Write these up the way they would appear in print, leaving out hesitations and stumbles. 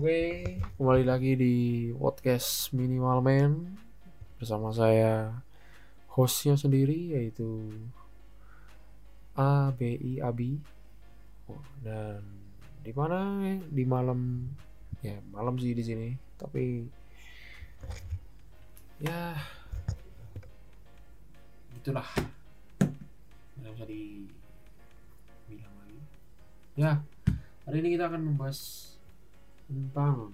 Oke, kembali lagi di podcast Minimal Man bersama saya hostnya sendiri yaitu Abi. Dan di mana di malam malam sih di sini, tapi ya itulah nggak bisa dibilang lagi. Ya, hari ini kita akan membahas tentang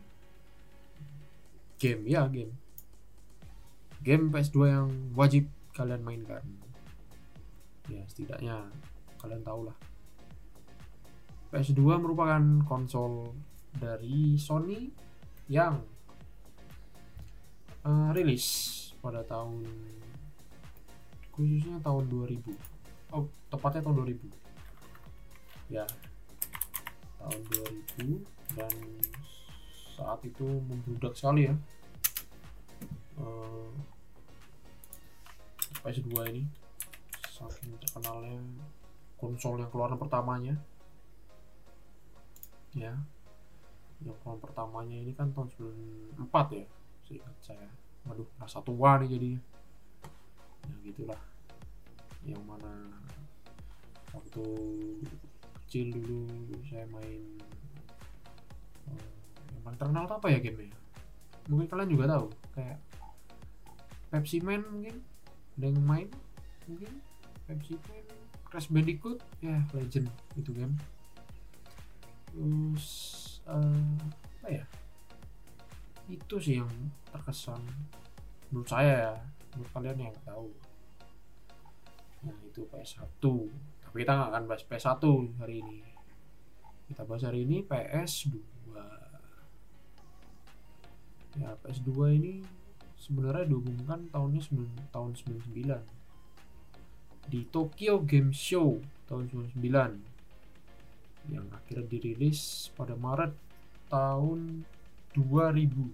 game PS2 yang wajib kalian mainkan. Ya, setidaknya kalian tahu lah, PS2 merupakan konsol dari Sony yang rilis pada khususnya tahun 2000. Tepatnya tahun 2000. Ya, tahun 2000, dan saat itu membludak sekali ya PS2 ini, saking terkenalnya konsol yang keluaran pertamanya ya. Yang keluaran pertamanya ini kan tahun 94 ya, seingat saya. Waduh, rasa tua nih jadinya. Ya gitulah, yang mana waktu kecil dulu saya main yang paling terkenal itu apa ya gamenya? Mungkin kalian juga tahu, kayak Pepsi Man, mungkin ada yang main, mungkin Pepsi Man, Crash Bandicoot, ya legend itu game. Terus apa ya, itu sih yang terkesan menurut saya ya. Menurut kalian yang tahu, nah itu PS1. Tapi kita nggak akan bahas PS1 hari ini. Kita bahas hari ini PS2. Ya, PS2 ini sebenarnya diumumkan tahun 99 di Tokyo Game Show tahun 99, yang akhirnya dirilis pada Maret tahun 2000.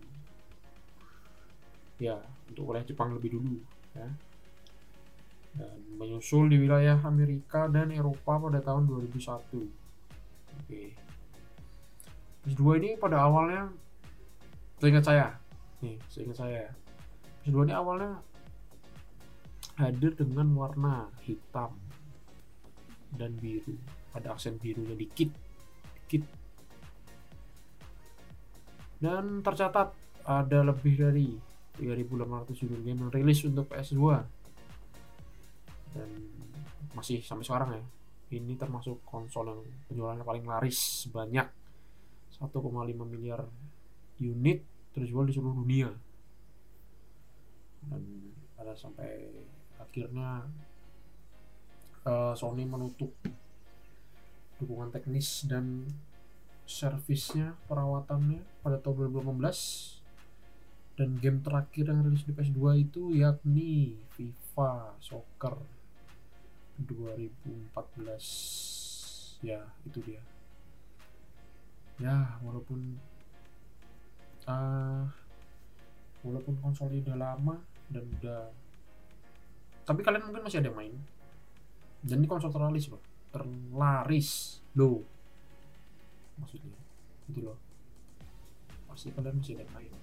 Ya, untuk wilayah Jepang lebih dulu ya. Dan menyusul di wilayah Amerika dan Eropa pada tahun 2001. Oke. PS2 ini pada awalnya, seingat saya PS2 ini awalnya hadir dengan warna hitam dan biru, ada aksen birunya dikit. Dan tercatat ada lebih dari 3.800 judul game yang rilis untuk PS2, dan masih sampai sekarang ya. Ini termasuk konsol yang penjualannya paling laris, sebanyak 1,5 miliar unit terjual di seluruh dunia. Dan pada sampai akhirnya Sony menutup dukungan teknis dan servisnya, perawatannya pada tahun 2018. Dan game terakhir yang rilis di PS2 itu yakni FIFA Soccer 2014. Ya, itu dia. Ya, walaupun konsolnya udah lama dan tapi kalian mungkin masih ada yang main. Dan ini konsol terlaris loh, maksudnya itu loh, pasti kalian masih ada yang main.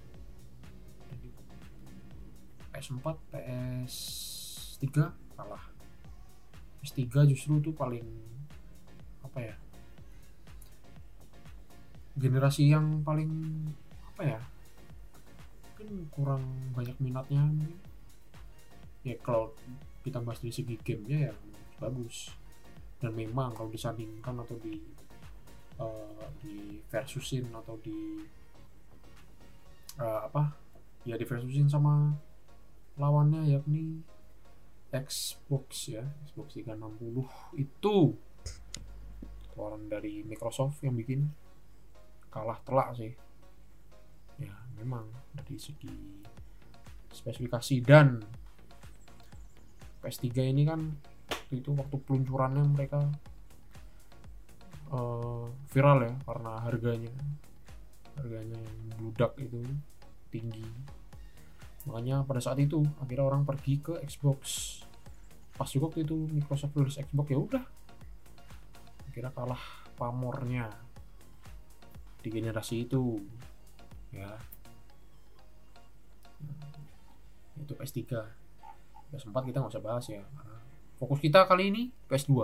PS4, PS3 kalah. PS3 justru tuh paling apa ya, generasi yang paling apa ya, mungkin kurang banyak minatnya mungkin. Ya kalau kita bahas dari segi gamenya ya bagus, dan memang kalau disandingkan atau di versusin atau di versusin sama lawannya, yakni Xbox 360 itu keluaran dari Microsoft yang bikin, kalah telak sih ya. Memang dari segi spesifikasi, dan PS3 ini kan itu waktu peluncurannya mereka viral ya, karena harganya yang bludak itu tinggi. Makanya pada saat itu akhirnya orang pergi ke Xbox. Pas juga waktu itu Microsoft rilis Xbox, ya udah akhirnya kalah pamornya di generasi itu. ya. Itu PS3. PS4 kita nggak usah bahas ya, karena fokus kita kali ini PS2.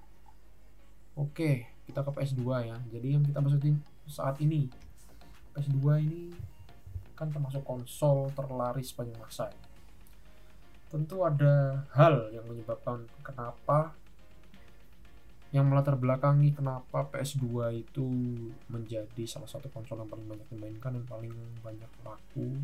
Oke, kita ke PS2 ya. Jadi yang kita maksudin saat ini, PS2 ini kan termasuk konsol terlaris sepanjang masa ya. Tentu ada hal yang menyebabkan kenapa, yang melatar belakangi kenapa PS2 itu menjadi salah satu konsol yang paling banyak dimainkan dan paling banyak laku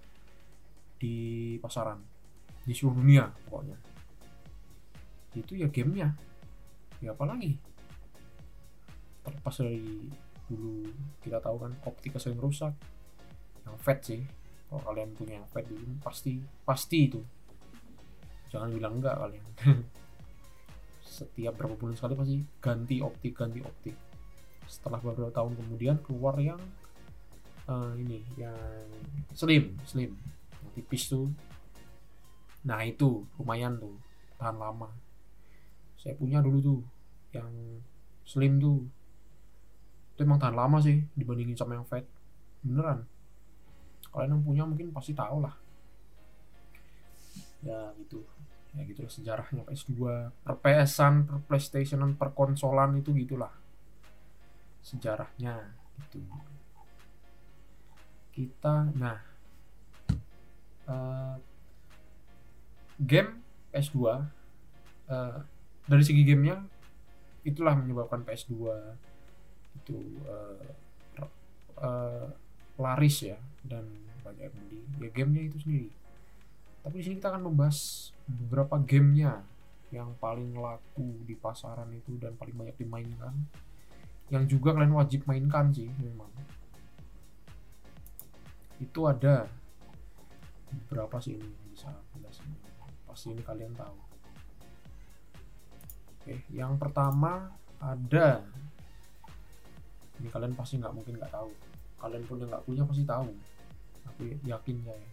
di pasaran di seluruh dunia pokoknya. Itu ya gamenya, ya apalagi terlepas dari dulu kita tahu kan optika sering rusak, yang fat sih, kalau kalian punya yang fat dulu pasti itu, jangan bilang enggak kalian. Setiap berapa bulan sekali pasti ganti optik. Setelah beberapa tahun kemudian keluar yang ini yang slim yang tipis tuh. Nah itu lumayan tuh, tahan lama. Saya punya dulu tuh yang slim tuh, itu emang tahan lama sih dibandingin sama yang fat, beneran. Kalian yang punya mungkin pasti tahu lah ya. Gitu ya, gitulah sejarahnya PS2, per PS-an, per PlayStation-an, per konsolan itu gitulah sejarahnya gitu. Kita game PS2, dari segi gamenya itulah menyebabkan PS2 itu laris ya, dan banyak yang beli ya gamenya itu sendiri. Tapi di sini kita akan membahas beberapa gamenya yang paling laku di pasaran itu dan paling banyak dimainkan, yang juga kalian wajib mainkan sih memang. Itu ada berapa sih ini bisa jelasin, pasti ini kalian tahu. Oke, yang pertama ada, ini kalian pasti nggak mungkin nggak tahu, kalian pun yang nggak punya pasti tahu, aku yakin saya.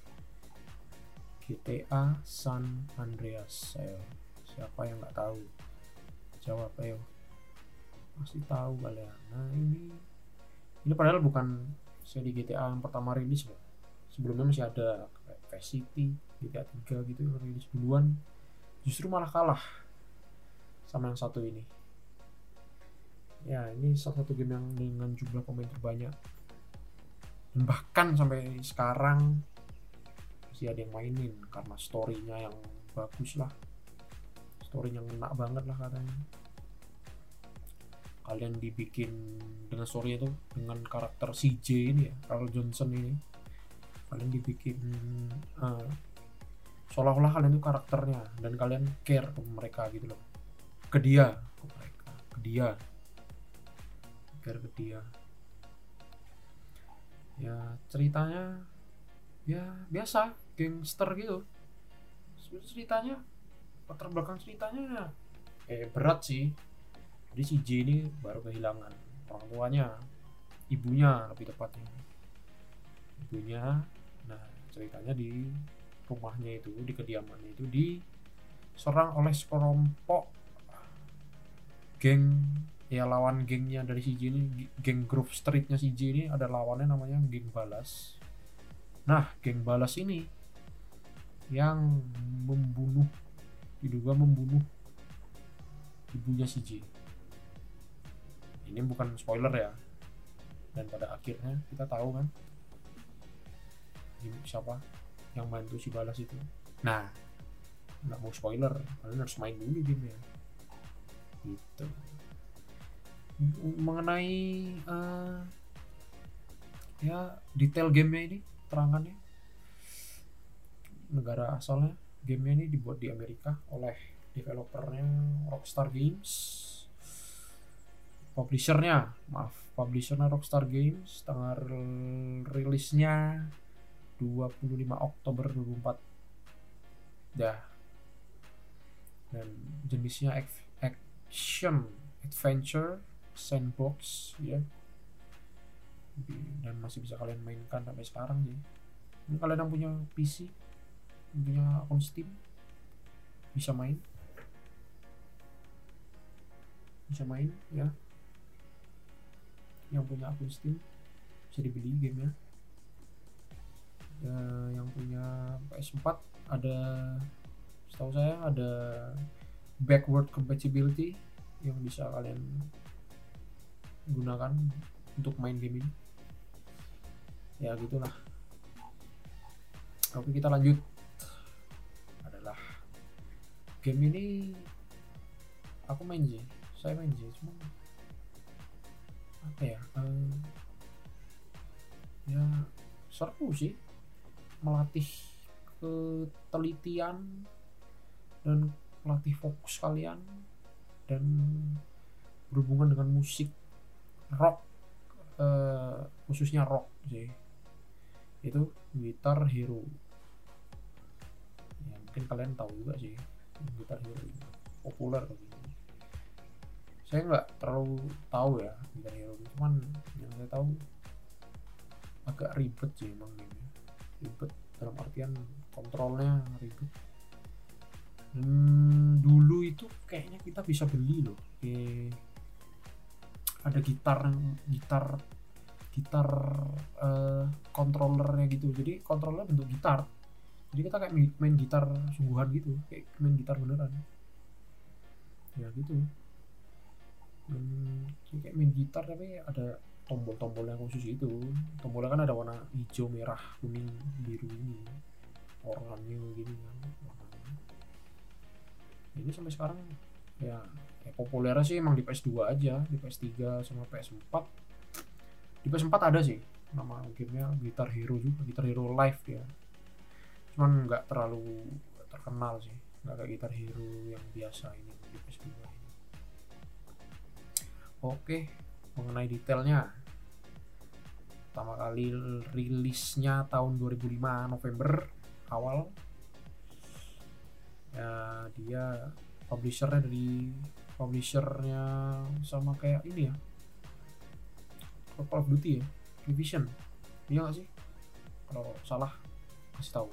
GTA San Andreas. Ayo, siapa yang nggak tahu? Jawab ayo. Pasti tahu kalian. Nah ini padahal bukan seri GTA yang pertama rilis loh. Sebelumnya masih ada Vice City, GTA 3 gitu yang rilis duluan. Justru malah kalah sama yang satu ini. Ya, ini salah satu game yang dengan jumlah pemain terbanyak. Dan bahkan sampai sekarang masih ada yang mainin karena story-nya yang bagus lah. Story-nya ngena banget lah katanya. Kalian dibikin dengan story itu dengan karakter CJ ini ya, Carl Johnson ini. Kalian dibikin seolah-olah kalian itu karakternya dan kalian care ke mereka gitu loh. Ke dia, care ke dia. Ya ceritanya ya biasa, gangster gitu. Sebenarnya ceritanya, latar belakang ceritanya berat sih. Jadi si J ini baru kehilangan orang tuanya, ibunya lebih tepatnya. Ibunya, nah ceritanya di rumahnya itu, di kediamannya itu diserang oleh sekelompok geng, ya lawan gengnya dari si J ini, geng Grove Streetnya si J ini ada lawannya namanya geng Balas. Nah geng Balas ini yang diduga membunuh ibunya si J. Ini bukan spoiler ya, dan pada akhirnya kita tahu kan siapa yang bantu si Balas itu. Nah nggak mau spoiler, kalian harus main dulu gamenya gitu. Mengenai ya detail gamenya ini, terangannya, negara asalnya gamenya ini dibuat di Amerika oleh developernya Rockstar Games. Publishernya Rockstar Games. Tanggal rilisnya 25 Oktober 2004 dah. Dan jenisnya action adventure sandbox ya, dan masih bisa kalian mainkan sampai sekarang sih. Ini kalian yang punya PC, punya akun Steam, bisa main ya. Yang punya akun Steam bisa dibeli gamenya. ya, yang punya PS4 ada, setahu saya ada backward compatibility yang bisa kalian gunakan untuk main game ini. Ya gitulah. Oke, kita lanjut. Adalah game ini aku main sih, saya main sih, cuma apa ya, ya seru sih, melatih ketelitian dan melatih fokus kalian, dan berhubungan dengan musik rock, khususnya rock sih, itu Guitar Hero. Ya, mungkin kalian tahu juga sih Guitar Hero ini populer gitu. Saya nggak terlalu tahu ya Guitar Hero, cuman yang saya tahu agak ribet sih emang ini, ribet dalam artian kontrolnya ribet. Dulu itu kayaknya kita bisa beli loh, ada gitar controllernya gitu, jadi kontrolnya bentuk gitar, jadi kita kayak main gitar sungguhan gitu, kayak main gitar beneran ya gitu. Kayak main gitar tapi ada tombol-tombol yang khusus itu, tombolnya kan ada warna hijau, merah, kuning, biru ini, oranye gini kan warnanya. Ini sampai sekarang ya populernya sih emang di PS2 aja, di PS3 sama PS4. Di PS4 ada sih nama gamenya Guitar Hero juga, Guitar Hero Live ya, cuman nggak terlalu terkenal sih, nggak kayak Guitar Hero yang biasa ini di PS2 ini. Oke, mengenai detailnya, pertama kali rilisnya tahun 2005 November awal ya. Dia publishernya sama kayak ini ya, Call of Duty ya, Division, iya nggak sih? Kalau salah kasih tahu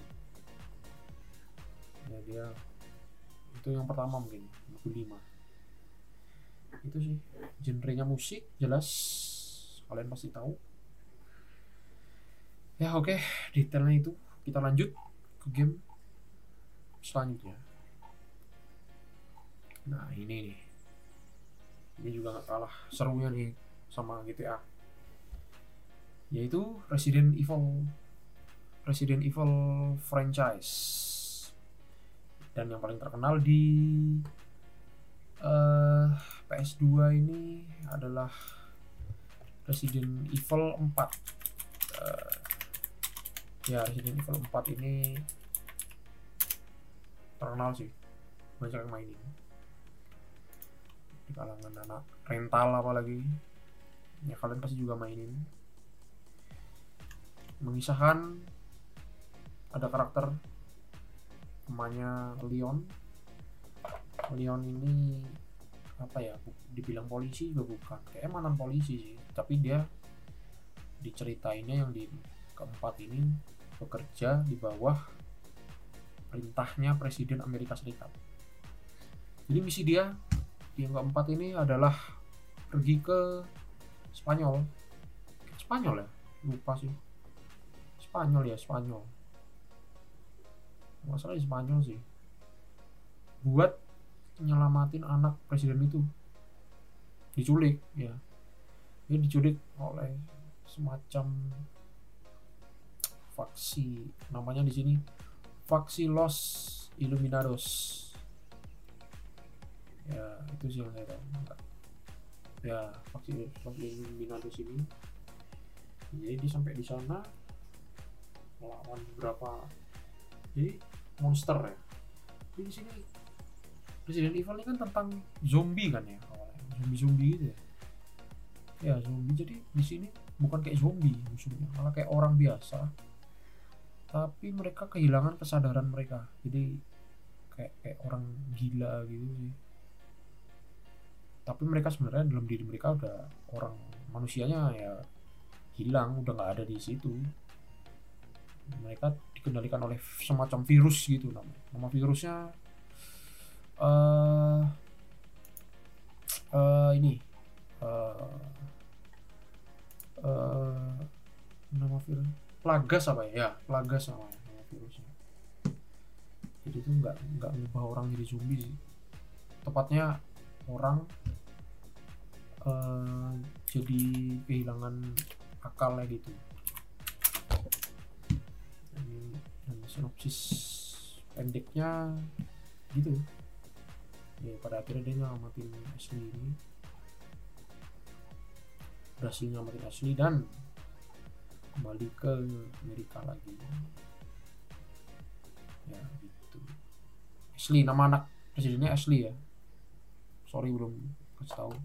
ya. Dia itu yang pertama mungkin 2005 itu sih. Genrenya musik jelas, kalian pasti tahu ya. Oke, detailnya itu. Kita lanjut ke game selanjutnya. Nah ini nih, ini juga gak kalah serunya nih sama GTA, yaitu Resident Evil franchise. Dan yang paling terkenal di PS2 ini adalah Resident Evil 4. Ya, Resident Evil 4 ini terkenal sih, banyak yang mainin di kalangan anak rental, apalagi ya kalian pasti juga mainin. Mengisahkan ada karakter namanya Leon ini apa ya, dibilang polisi juga bukan, kayak mantan polisi sih, tapi dia diceritainnya yang di keempat ini bekerja di bawah perintahnya Presiden Amerika Serikat. Jadi misi dia yang keempat ini adalah pergi ke Spanyol ya, lupa sih, Spanyol masalah di Spanyol sih, buat nyelamatin anak presiden itu, diculik ya. Dia diculik oleh semacam faksi, namanya di sini faksi Los Illuminados ya. Itu sih yang saya tahu ya, faksi Los Illuminados ini. Jadi dia sampai di sana melawan beberapa jadi monster ya. Jadi di sini Resident Evil ini kan tentang zombie kan ya, zombie gitu ya. Ya zombie, jadi di sini bukan kayak zombie musuhnya, malah kayak orang biasa, tapi mereka kehilangan kesadaran mereka, jadi kayak orang gila gitu sih. Tapi mereka sebenarnya dalam diri mereka udah orang, manusianya ya hilang, udah nggak ada di situ. Mereka dikendalikan oleh semacam virus gitu namanya. Nama virusnya ini nama virus Plagas apa ya? Ya, Plagas sama virusnya. Jadi itu nggak ngubah orang jadi zombie sih. Tepatnya orang jadi kehilangan akalnya gitu. Dan sinopsis pendeknya gitu ya, pada akhirnya dia nyelamatin Ashley ini, berhasil nyelamatin Ashley dan kembali ke Amerika lagi ya gitu. Ashley, nama anak presidennya Ashley ya, sorry belum kasih tahu.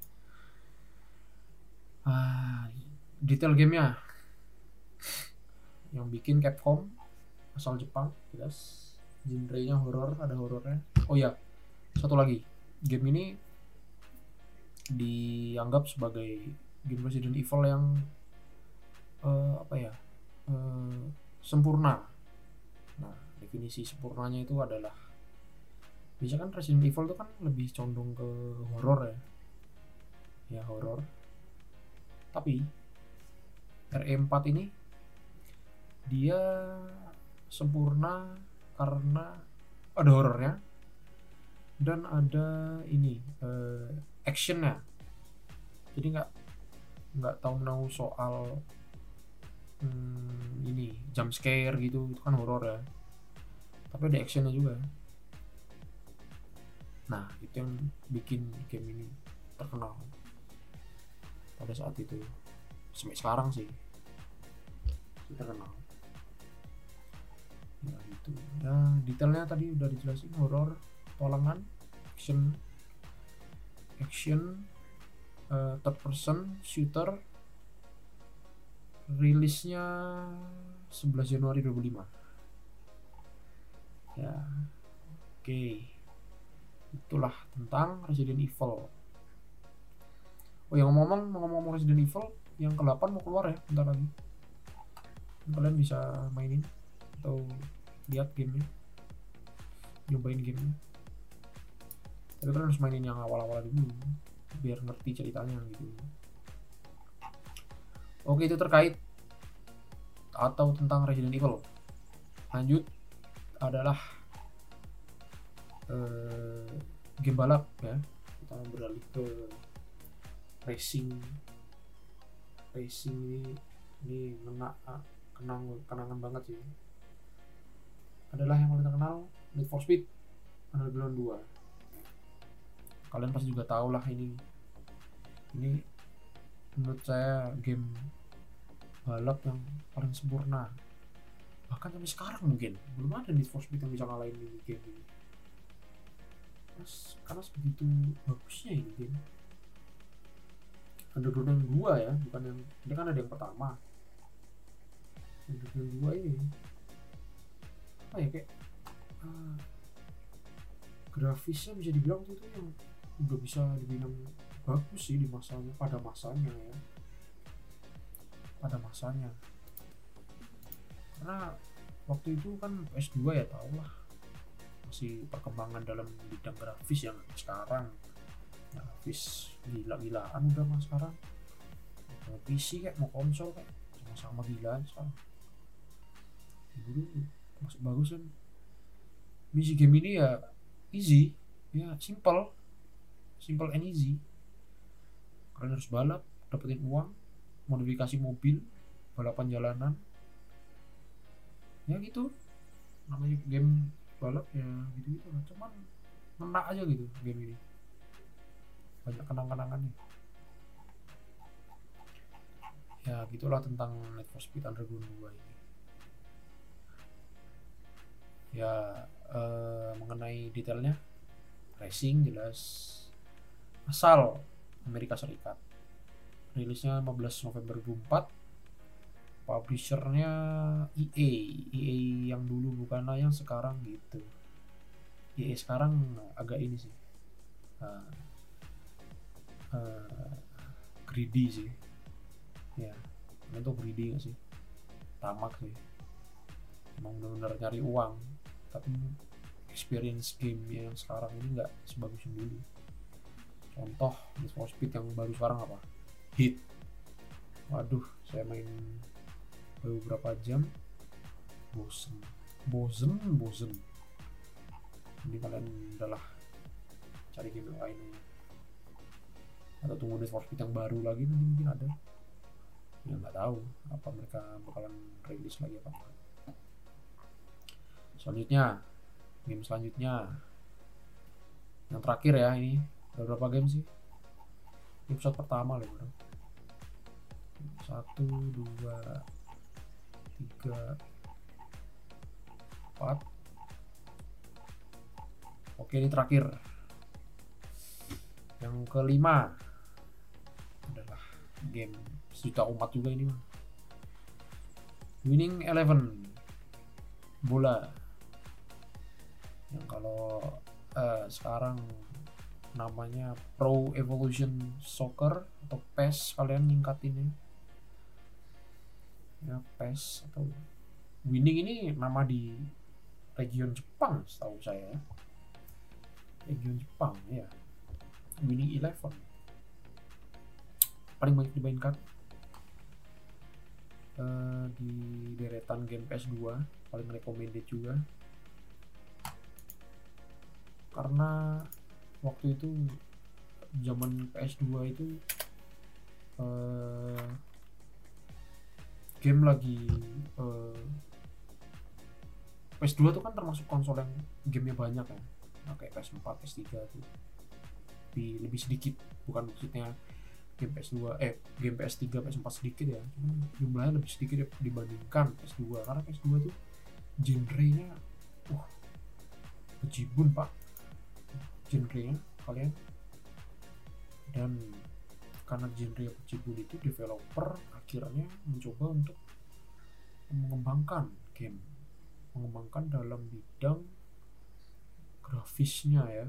Detail gamenya yang bikin Capcom, asal Jepang, jelas. Genre-nya horor, ada horornya. Oh ya, satu lagi, game ini dianggap sebagai game Resident Evil yang sempurna. Nah, definisi sempurnanya itu adalah, biasanya kan Resident Evil itu kan lebih condong ke horor ya horor. Tapi RE4 ini dia sempurna karena ada horornya dan ada ini actionnya. Jadi nggak tahu soal ini jump scare gitu, itu kan horor ya, tapi ada actionnya juga. Nah, itu yang bikin game ini terkenal pada saat itu, sampai sekarang sih terkenal ya gitu ya. Detailnya tadi udah dijelasin, horor, petualangan, action, third person shooter. Rilisnya 11 Januari 2005 ya. Oke, itulah tentang Resident Evil. Oh ya, ngomong-ngomong Resident Evil yang ke-8 mau keluar ya bentar lagi. Kalian bisa mainin atau lihat gamenya, nyobain gamenya. Tapi kalian harus mainin yang awal-awal dulu biar ngerti ceritanya gitu. Oke, itu terkait atau tentang Resident Evil. Lanjut adalah game balap ya. Kita beralih ke racing ini kenangan banget sih. Adalah yang paling terkenal, Need for Speed Underground 2. Kalian pasti juga tahu lah, ini menurut saya game balap yang paling sempurna. Bahkan sampai sekarang mungkin belum ada Need for Speed yang bisa ngalahin ini game ini. Karena sebegitu bagusnya ini game. Underground yang 2 ya, bukan yang ini, kan ada yang pertama. Underground 2 ini apa ya, kayak grafisnya bisa dibilang itu yang udah bisa dibilang bagus sih pada masanya ya. Karena waktu itu kan PS2 ya, tau lah, masih perkembangan dalam bidang grafis yang sekarang grafis gila-gilaan udah mas sekarang. Mau PC kayak mau konsol kayak sama-sama gilaan sekarang. Dulu masuk bagus kan. Misi game ini ya easy ya, simple and easy. Kalian harus balap, dapetin uang, modifikasi mobil, balapan jalanan ya gitu. Namanya game balap ya gitu-gitu lah, cuman ngena aja gitu game ini, banyak kenang-kenangannya ya. Gitulah tentang Need for Speed Underground 2 ini ya. Mengenai detailnya, racing jelas, asal Amerika Serikat, rilisnya 15 November 2004. Publishernya EA yang dulu, bukanlah yang sekarang gitu. EA sekarang agak ini sih, greedy sih ya. Itu greedy gak sih, tamak sih, emang benar-benar nyari uang. Tapi experience game yang sekarang ini nggak sebagus yang dulu. Contoh Need for Speed yang baru sekarang apa, Heat. Waduh, saya main baru beberapa jam bosen. Ini kalian udahlah cari game lain atau tunggu Need for Speed yang baru lagi, nanti mungkin ada, ya nggak tahu apa mereka bakalan rilis lagi apa enggak. Selanjutnya, game selanjutnya yang terakhir ya, ini ada berapa game sih? Episode pertama loh bro. 1, 2, 3, 4. Oke, ini terakhir. Yang kelima adalah game sejuta umat juga ini mah. Winning Eleven, bola. Yang kalau sekarang namanya Pro Evolution Soccer atau PES, kalian ningkatin ya PES atau Winning ini nama di region Jepang setahu saya, region Jepang ya. Winning Eleven paling banyak dimainkan di deretan game PS2, paling recommended juga karena waktu itu zaman PS2 itu game lagi PS2 tuh kan termasuk konsol yang gamenya banyak ya, nah, kayak PS4, PS3 tuh lebih sedikit, bukan maksudnya game PS2 game PS3, PS4 sedikit ya, cuma jumlahnya lebih sedikit ya dibandingkan PS2 karena PS2 tuh genrenya bejibun pak genrenya kalian, dan karena genre bejibun itu developer akhirnya mencoba untuk mengembangkan dalam bidang grafisnya ya,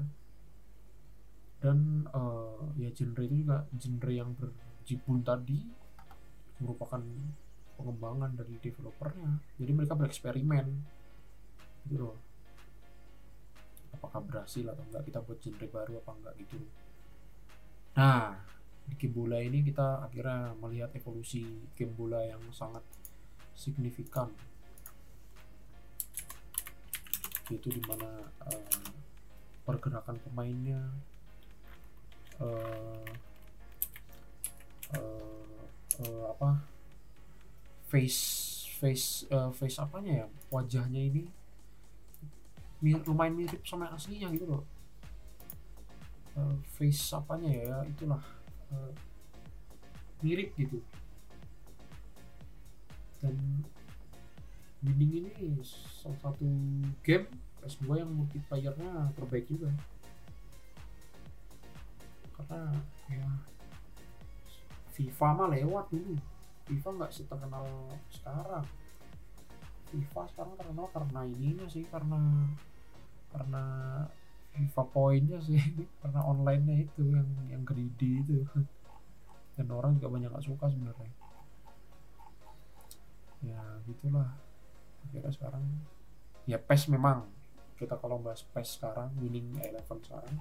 dan ya genre itu juga genre yang berjibun tadi merupakan pengembangan dari developernya, jadi mereka bereksperimen gitu loh, apakah berhasil atau enggak kita buat genre baru apa enggak gitu. Nah, di game bola ini kita akhirnya melihat evolusi game bola yang sangat signifikan, yaitu dimana pergerakan pemainnya face apanya ya, wajahnya ini lumayan mirip sama yang aslinya gitu loh, face apanya ya itulah mirip gitu. Dan Winning ini salah satu game PS2 yang multiplayernya terbaik juga, karena ya FIFA mah lewat dulu, FIFA nggak seterkenal sekarang. FIFA sekarang terkenal karena ininya sih, karena FIFA poinnya sih karena online-nya itu yang greedy itu, dan orang juga banyak gak suka sebenarnya ya gitulah. Akhirnya sekarang ya PES, memang kita kalau bahas PES sekarang, Winning Eleven sekarang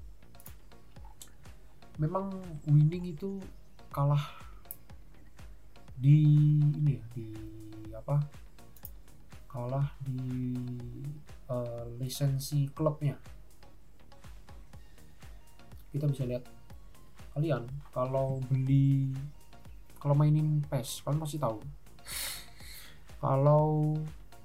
memang Winning itu kalah di ini ya, kalah di lisensi klubnya. Kita bisa lihat, kalian kalau mainin PES, kalian pasti tahu kalau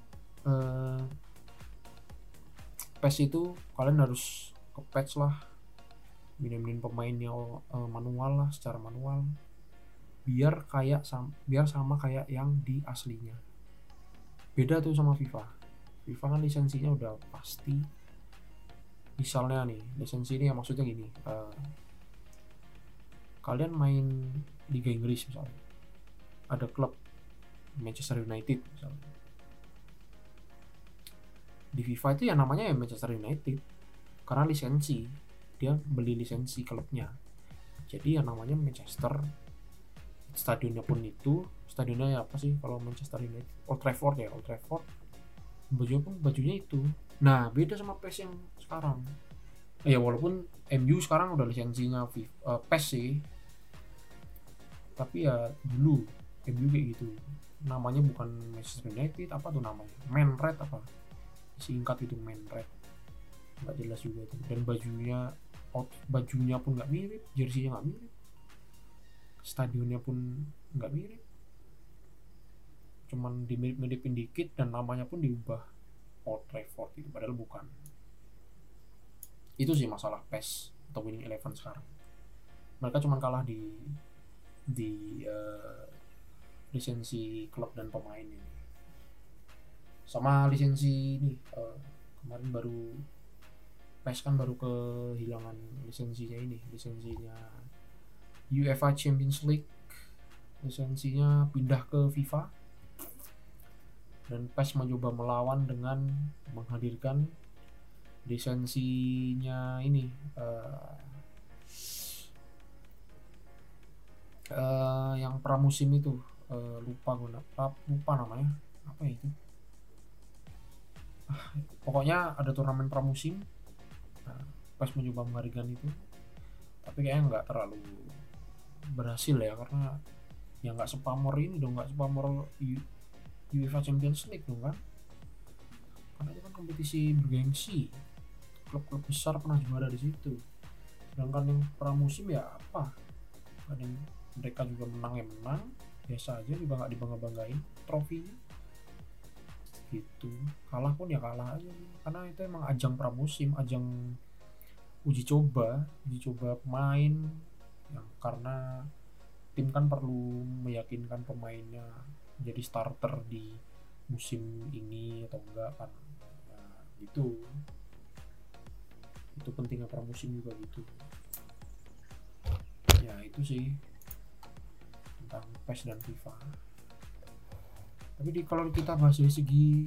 PES itu kalian harus ke patch lah, minin pemainnya manual lah, secara manual, biar sama kayak yang di aslinya. Beda tuh sama FIFA kan lisensinya udah pasti. Misalnya nih, lisensi ini ya maksudnya gini, kalian main Liga Inggris misalnya, ada klub Manchester United misalnya, di FIFA itu ya namanya ya Manchester United karena lisensi, dia beli lisensi klubnya, jadi yang namanya Manchester. Stadionnya pun itu, stadionnya ya apa sih kalau Manchester United, Old Trafford, bajunya itu. Nah, beda sama PES yang sekarang ya, walaupun MU sekarang udah lisensinya PES sih, tapi ya dulu MU kayak gitu. namanya bukan Manchester United, apa tuh namanya, Man Red apa, singkat itu Man Red, nggak jelas juga tuh. Dan bajunya pun nggak mirip, jersinya nggak mirip, stadionnya pun nggak mirip, cuman dimirip-miripin dikit, dan namanya pun diubah Old Trafford itu, padahal bukan. Itu sih masalah PES atau Winning Eleven sekarang. Mereka cuma kalah di lisensi klub dan pemain ini, sama lisensi ini. Kemarin baru PES kan baru kehilangan lisensinya UEFA Champions League, lisensinya pindah ke FIFA, dan PES mencoba melawan dengan menghadirkan lisensinya ini, yang pramusim itu, lupa namanya apa ya itu. Pokoknya ada turnamen pramusim. PES mencoba menghadirkan itu, tapi kayaknya nggak terlalu berhasil ya, karena ya nggak sepamor ini dong, nggak sepamor UEFA Champions League dong kan, karena itu kan kompetisi bergengsi, klub-klub besar pernah juara di situ. Sedangkan yang pramusim ya apa, kadang mereka juga menang ya menang biasa aja, juga nggak dibangga-banggain trofinya gitu. Kalah pun ya kalah aja, karena itu emang ajang pramusim, ajang uji coba pemain, yang karena tim kan perlu meyakinkan pemainnya jadi starter di musim ini atau enggak kan. Nah, itu pentingnya pramusim juga gitu ya. Itu sih tentang PES dan FIFA. Tapi kalau kita bahas dari segi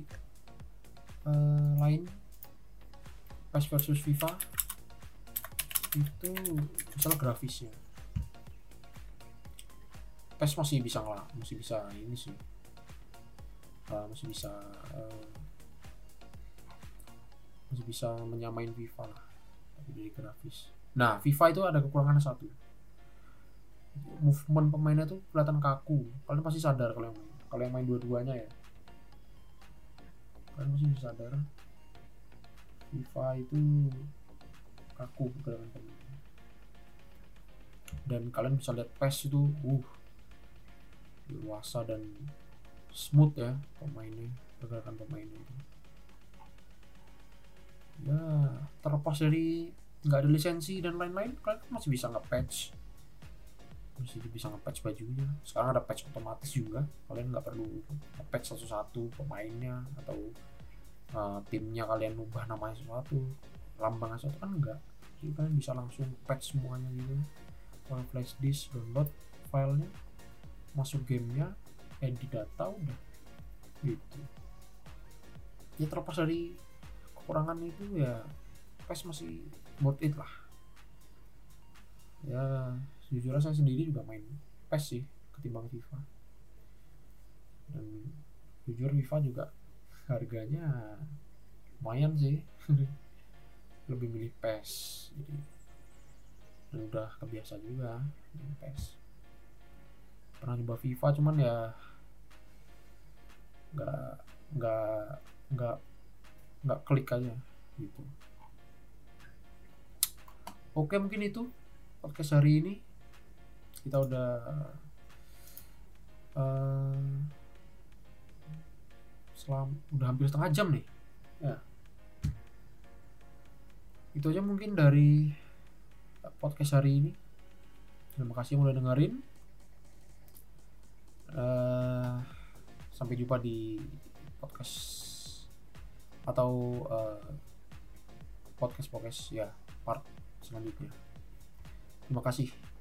lain, PES versus FIFA itu misalnya grafisnya, PES masih bisa ini sih, masih bisa menyamain FIFA lah dari grafis. Nah, FIFA itu ada kekurangan satu, movement pemainnya tuh kelihatan kaku. Kalian pasti sadar kalau yang main dua-duanya ya, kalian pasti bisa sadar FIFA itu kaku pergerakan pemainnya. Dan kalian bisa lihat PES itu dewasa dan smooth ya pergerakan pemainnya itu. Ya terlepas dari nggak ada lisensi dan lain-lain, kalian masih bisa nge-patch bajunya. Sekarang ada patch otomatis juga, kalian nggak perlu nge-patch satu-satu pemainnya atau timnya kalian ubah namanya sesuatu, lambangnya sesuatu, kan enggak. Jadi kalian bisa langsung patch semuanya gitu. Kalau flash disk, download filenya, masuk gamenya, edit data, udah gitu. Ya terlepas dari kekurangan itu ya, PES masih worth it lah ya. Jujur saya sendiri juga main PES sih ketimbang FIFA, dan jujur FIFA juga harganya lumayan sih. Lebih milih PES, jadi udah kebiasa juga main PES. Pernah coba FIFA cuman ya nggak klik aja gitu. Oke, mungkin itu podcast hari ini. Kita udah hampir setengah jam nih ya. Itu aja mungkin dari podcast hari ini. Terima kasih yang udah dengerin. Sampai jumpa di podcast atau podcast ya part selanjutnya. Terima kasih.